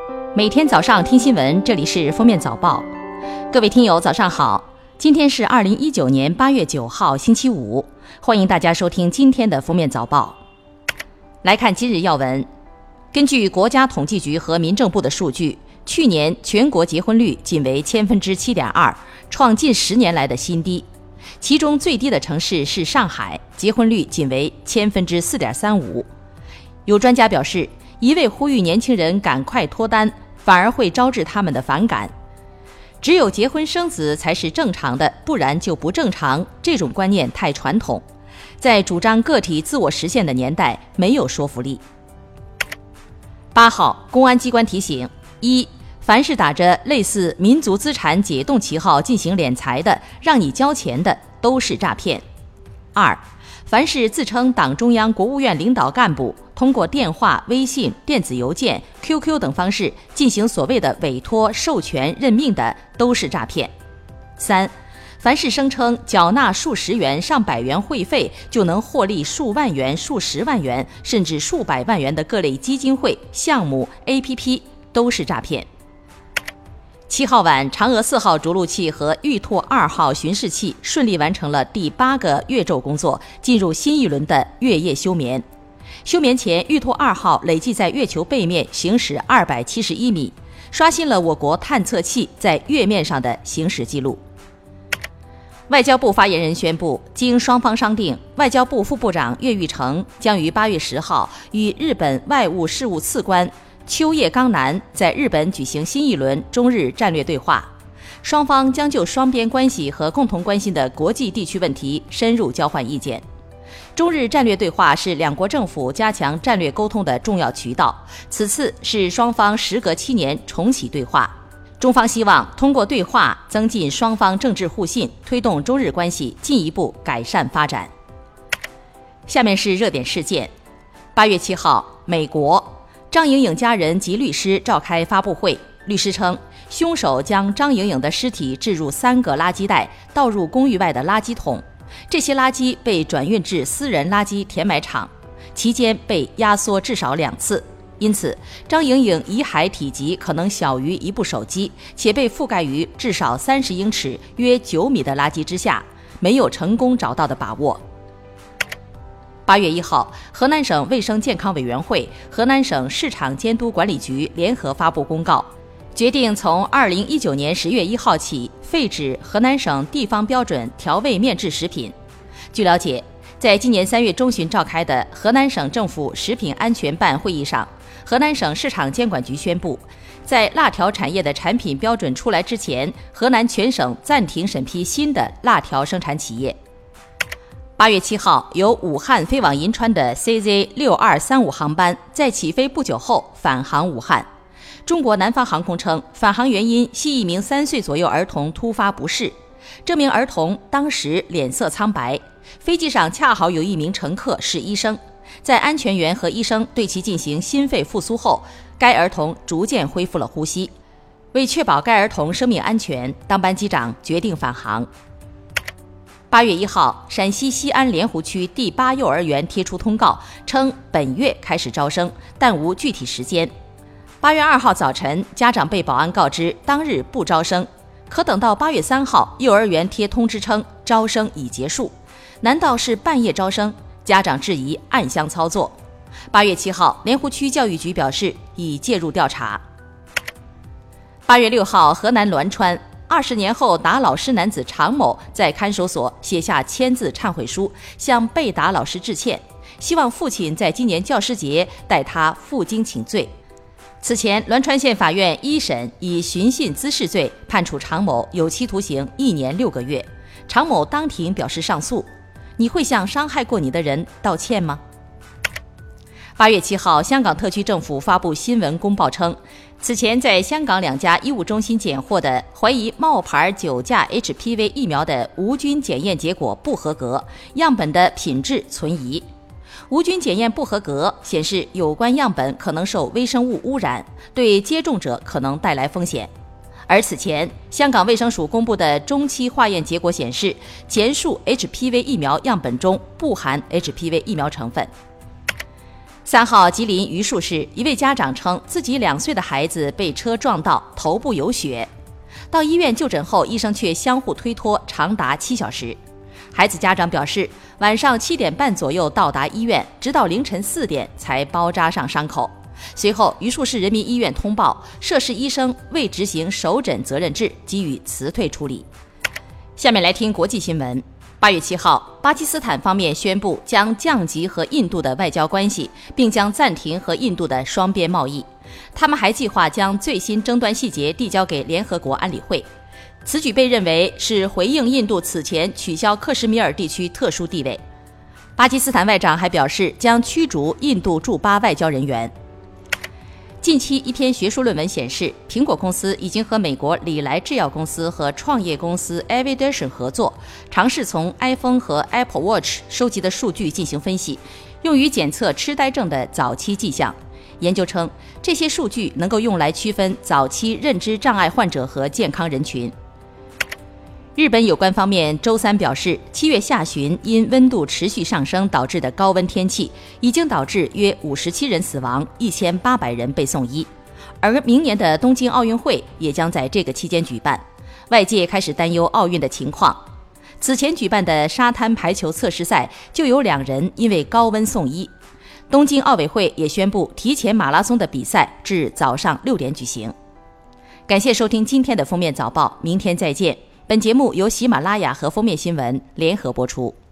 每天早上听新闻，这里是封面早报。各位听友早上好，今天是2019年8月9号星期五，欢迎大家收听今天的封面早报。来看今日要闻。根据国家统计局和民政部的数据，去年全国结婚率仅为7.2%，创近10年来的新低。其中最低的城市是上海，结婚率仅为4.35%。有专家表示，一味呼吁年轻人赶快脱单，反而会招致他们的反感。只有结婚生子才是正常的，不然就不正常，这种观念太传统，在主张个体自我实现的年代没有说服力。8号，公安机关提醒：一、凡是打着类似民族资产解冻旗号进行敛财的，让你交钱的，都是诈骗。2、凡是自称党中央、国务院领导干部，通过电话、微信、电子邮件、QQ 等方式进行所谓的委托、授权、任命的，都是诈骗。3、凡是声称缴纳数十元、上百元会费就能获利数万元、数十万元，甚至数百万元的各类基金会、项目、APP， 都是诈骗。7号晚，嫦娥4号着陆器和玉兔2号巡视器顺利完成了第8个月昼工作，进入新一轮的月夜休眠。休眠前，玉兔2号累计在月球背面行驶271米，刷新了我国探测器在月面上的行驶记录。外交部发言人宣布，经双方商定，外交部副部长岳玉成将于8月10号与日本外务事务次官秋叶刚男在日本举行新一轮中日战略对话，双方将就双边关系和共同关心的国际地区问题深入交换意见。中日战略对话是两国政府加强战略沟通的重要渠道，此次是双方时隔7年重启对话。中方希望通过对话增进双方政治互信，推动中日关系进一步改善发展。下面是热点事件。8月7号，美国张莹莹家人及律师召开发布会，律师称，凶手将张莹莹的尸体置入3个垃圾袋，倒入公寓外的垃圾桶，这些垃圾被转运至私人垃圾填埋场，期间被压缩至少2次，因此张莹莹遗骸体积可能小于一部手机，且被覆盖于至少30英尺约9米的垃圾之下，没有成功找到的把握。8月1号，河南省卫生健康委员会、河南省市场监督管理局联合发布公告，决定从2019年10月1号起废止河南省地方标准调味面制食品。据了解，在今年3月中旬召开的河南省政府食品安全办会议上，河南省市场监管局宣布，在辣条产业的产品标准出来之前，河南全省暂停审批新的辣条生产企业。8月7号，由武汉飞往银川的 CZ6235 航班在起飞不久后返航武汉。中国南方航空称，返航原因系一名3岁左右儿童突发不适，这名儿童当时脸色苍白，飞机上恰好有一名乘客是医生，在安全员和医生对其进行心肺复苏后，该儿童逐渐恢复了呼吸。为确保该儿童生命安全，当班机长决定返航。8月1号，陕西西安莲湖区第8幼儿园贴出通告，称本月开始招生，但无具体时间。8月2号早晨，家长被保安告知当日不招生，可等到8月3号，幼儿园贴通知称招生已结束。难道是半夜招生？家长质疑暗箱操作。8月7号，莲湖区教育局表示已介入调查。8月6号，河南栾川20年后打老师男子常某在看守所写下签字忏悔书，向被打老师致歉，希望父亲在今年教师节带他负荆请罪。此前，栾川县法院一审以寻衅滋事罪判处常某有期徒刑1年6个月。常某当庭表示上诉。你会向伤害过你的人道歉吗？8月7号，香港特区政府发布新闻公报称，此前在香港2家医务中心检获的怀疑冒牌9价 HPV 疫苗的无菌检验结果不合格，样本的品质存疑。无菌检验不合格显示有关样本可能受微生物污染，对接种者可能带来风险。而此前，香港卫生署公布的中期化验结果显示，前述 HPV 疫苗样本中不含 HPV 疫苗成分。 3号，吉林榆树市一位家长称，自己2岁的孩子被车撞到，头部有血。到医院就诊后，医生却相互推脱长达7小时。孩子家长表示，晚上7点半左右到达医院，直到凌晨4点才包扎上伤口。随后，榆树市人民医院通报，涉事医生未执行首诊责任制，给予辞退处理。下面来听国际新闻。8月7号，巴基斯坦方面宣布将降级和印度的外交关系，并将暂停和印度的双边贸易。他们还计划将最新争端细节递交给联合国安理会。此举被认为是回应印度此前取消克什米尔地区特殊地位。巴基斯坦外长还表示将驱逐印度驻巴外交人员。近期一篇学术论文显示，苹果公司已经和美国礼来制药公司和创业公司 Aviation 合作，尝试从 iPhone 和 Apple Watch 收集的数据进行分析，用于检测痴呆症的早期迹象。研究称，这些数据能够用来区分早期认知障碍患者和健康人群。日本有关方面周三表示，7月下旬因温度持续上升导致的高温天气已经导致约57人死亡，1800人被送医。而明年的东京奥运会也将在这个期间举办，外界开始担忧奥运的情况。此前举办的沙滩排球测试赛就有2人因为高温送医。东京奥委会也宣布提前马拉松的比赛至早上6点举行。感谢收听今天的封面早报，明天再见。本节目由喜马拉雅和封面新闻联合播出。